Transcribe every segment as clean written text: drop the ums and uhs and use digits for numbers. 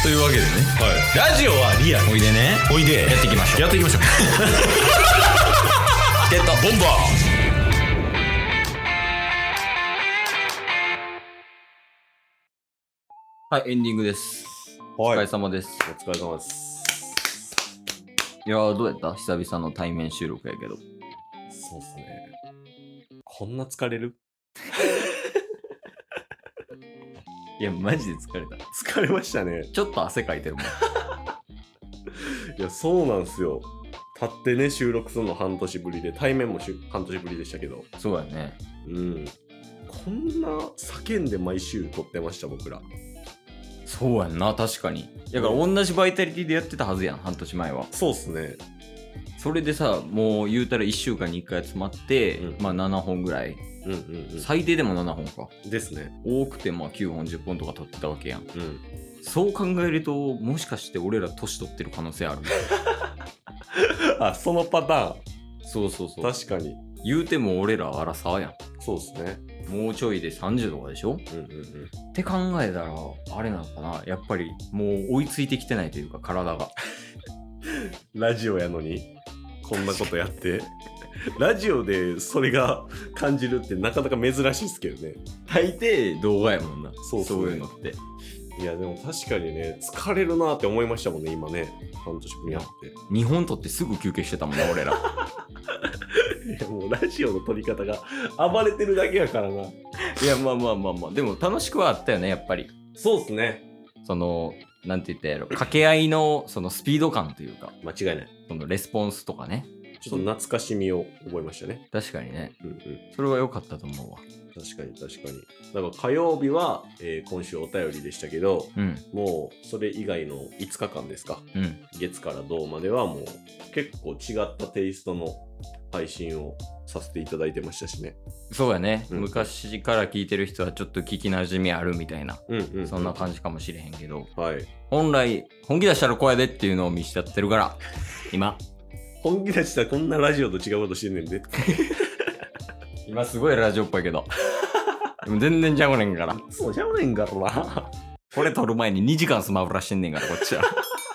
というわけでね、 はい、ラジオはリアル。 おいでね、 おいでやっていきましょう。 やっていきましょうゲットボンバはい、エンディングです。 ー。 お疲れはい、 様です。 お疲れ様です。 いやー、どうやった？久々の対面収録やけど。 そうっすね。こんな疲れる？ いや、マジで疲れた。 疲れましたね。 ちょっと汗かいてるもん。 いや、そうなんすよ。立ってね、収録するの半年ぶりで、対面も半年ぶりでしたけど。 そうやね。 うん。こんな叫んで毎週撮ってました、僕ら。 そうやんな、確かに。だから同じバイタリティでやってたはずやん、半年前は。 そうっすね。 それでさ、もう言うたら1週間に1回集まって、まあ7本ぐらい。最低でも7本か。 ですね。 多くてまあ9本10本とか撮ってたわけやん。 うん。 そう考えると、もしかして俺ら年取ってる可能性ある。 あ、そのパターン。 そうそうそう。 確かに。 言うても俺らアラサーやん。 そうっすね。 もうちょいで30とかでしょ？って考えたら、あれなのかな、やっぱりもう追いついてきてないというか、体が。 ラジオやのにこんなことやってラジオでそれが感じるってなかなか珍しいっすけどね。 大抵動画やもんな。 そうっすね。 そういうのって。 いやでも確かにね、疲れるなって思いましたもんね、今ね。半年ぶりに会って。 2本撮ってすぐ休憩してたもんな、俺ら。 いやもうラジオの撮り方が暴れてるだけやからな。 いや、まあまあまあまあ、でも楽しくはあったよね、やっぱり。 そうっすね。 その、なんて言ったやろ、掛け合いのそのスピード感というか、 間違いない。 そのレスポンスとかね。 ちょっと懐かしみを覚えましたね。 確かにね。 うんうん。 それは良かったと思うわ。 確かに確かに。だから火曜日は、今週お便りでしたけど、もうそれ以外の5日間ですか。月から土まではもう結構違ったテイストの配信をさせていただいてましたしね。 そうやね。昔から聞いてる人はちょっと聞き馴染みあるみたいな、そんな感じかもしれへんけど、 はい。 本来本気出したらこうやでっていうのを見せちゃってるから、今本気出したらこんなラジオと違うことしてんねんで。 今すごいラジオっぽいけどでも全然ちゃうねんから。 そうちゃうねんからな。 これ撮る前に2時間スマブラしてんねんから、こっちは。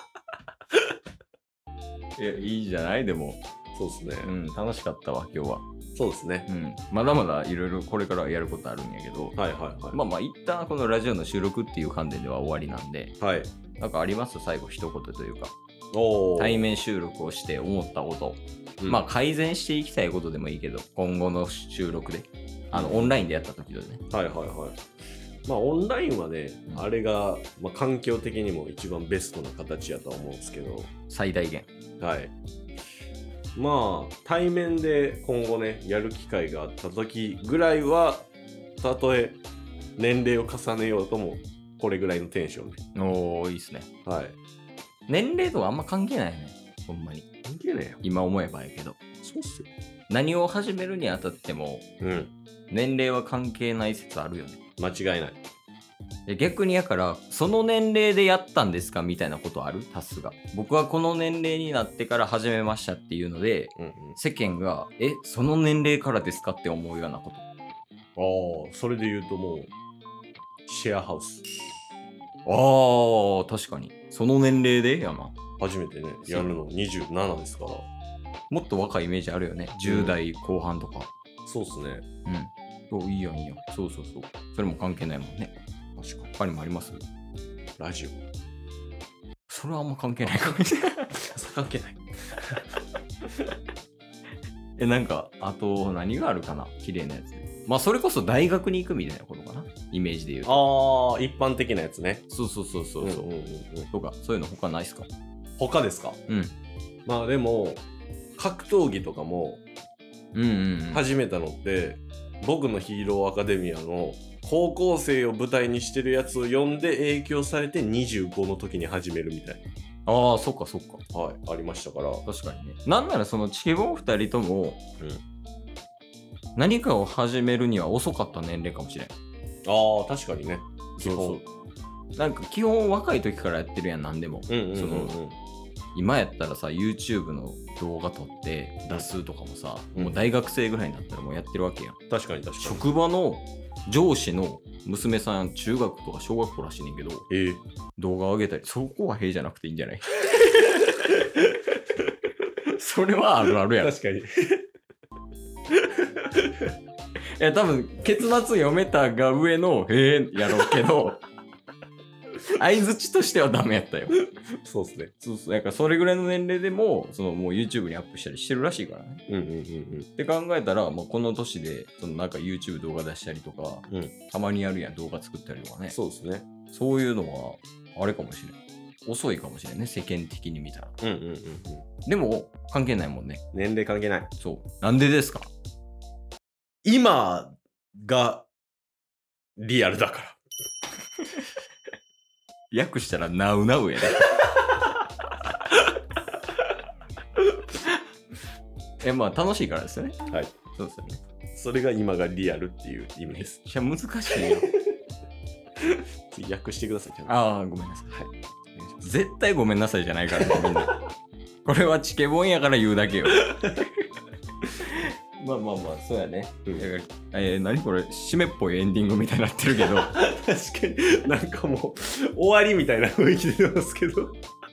いや、いいじゃない？でもそうっすね。 楽しかったわ、今日は。 そうですね。 まだまだいろいろこれからやることあるんやけど、 はいはいはい。 まあまあ一旦このラジオの収録っていう観点では終わりなんで、 はい。 なんかあります？最後一言というか。 おー。 対面収録をして思ったこと、まあ改善していきたいことでもいいけど、今後の収録でオンラインでやった時でね。 はいはいはい。まあオンラインはね、あれが、まあ、環境的にも一番ベストな形やとは思うんですけど、 最大限。 はい。まあ対面で今後ねやる機会があった時ぐらいは、たとえ年齢を重ねようともこれぐらいのテンションね。おー、いいっすね。 はい。 年齢とかあんま関係ないね、ほんまに。 関係ないよ。 今思えばやけど。 そうっすよ。 何を始めるにあたっても、年齢は関係ない説あるよね。 間違いない。 逆にやから、その年齢でやったんですかみたいなことある？タスが。僕はこの年齢になってから始めましたっていうので、世間が、その年齢からですかって思うようなこと。 ああ、それで言うともう、シェアハウス。 ああ、確かに。その年齢でやな。 初めてね、やるの27ですから。 もっと若いイメージあるよね。10代後半とか。 そうっすね。 いいやんいいやん。そうそうそう。それも関係ないもんね。 確かに。 他にもあります？ ラジオ。 それはあんま関係ないかもしれない。 関係ない。 なんか、あと何があるかな？綺麗なやつ。まあそれこそ大学に行くみたいなことかな、イメージで言うと。 ああ、一般的なやつね。 そうそうそうそう。とか、そういうの他ないっすか？ 他ですか？まあでも、格闘技とかも、始めたのって、僕のヒーローアカデミアの高校生を舞台にしてるやつを読んで影響されて25の時に始めるみたいな。 ああ、そっかそっか。 はい、ありましたから。 確かにね。なんならそのチケボン2人とも、何かを始めるには遅かった年齢かもしれん。 ああ、確かにね。 そうそう。なんか基本若い時からやってるやん、なんでも。今やったらさ、YouTube の動画撮って出すとかもさ、もう大学生ぐらいになったらもうやってるわけやん。 確かに確かに。 職場の上司の娘さん中学とか小学校らしいねんけど、動画を上げたり、そこはへじゃなくていいんじゃない？それはあるあるやろ。 確かに。いや多分結末読めたが上のへえやろうけど相づちとしてはダメやったよ。 そうですね。 そうそう。だからそれぐらいの年齢でももう YouTube にアップしたりしてるらしいからね。って考えたら、もうこの年でなんか YouTube 動画出したりとか、たまにやるやん、動画作ったりとかね。 そうですね。 そういうのはあれかもしれない。遅いかもしれないね、世間的に見たら。でも関係ないもんね。 年齢関係ない。 そう。なんでですか？ 今がリアルだから。 訳したらナウナウやね。まあ楽しいからですよね。 はい。 そうですよね。 それが今がリアルっていう意味です。 じゃ難しいよ。 訳してください。 ああ、ごめんなさい。はい。絶対ごめんなさいじゃないからね、みんな。これはチケボンやから言うだけよ。まあまあまあ、そうやね。何これ、締めっぽいエンディングみたいになってるけど。 確かに、なんかもう、終わりみたいな雰囲気出てますけど。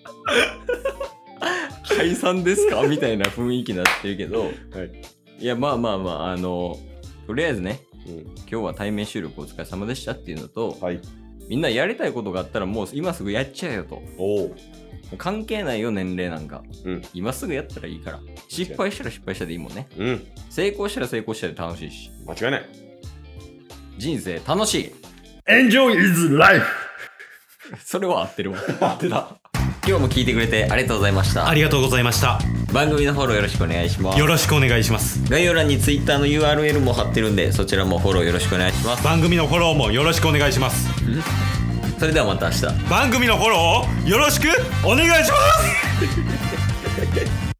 解散ですかみたいな雰囲気になってるけど。はい。いや、まあまあまあ、とりあえずね、今日は対面収録お疲れ様でしたっていうのと、はい、みんなやりたいことがあったらもう今すぐやっちゃえよと。関係ないよ、年齢なんか。今すぐやったらいいから。失敗したら失敗したでいいもんね。成功したら成功したで楽しいし。 間違いない。 人生楽しい。 Enjoy is life! それは合ってるわ。 合ってた。 今日も聞いてくれてありがとうございました。 ありがとうございました。 番組のフォローよろしくお願いします。 よろしくお願いします。 概要欄に Twitter の URL も貼ってるんで、そちらもフォローよろしくお願いします。 番組のフォローもよろしくお願いします。 それではまた明日。 番組のフォローをよろしくお願いします。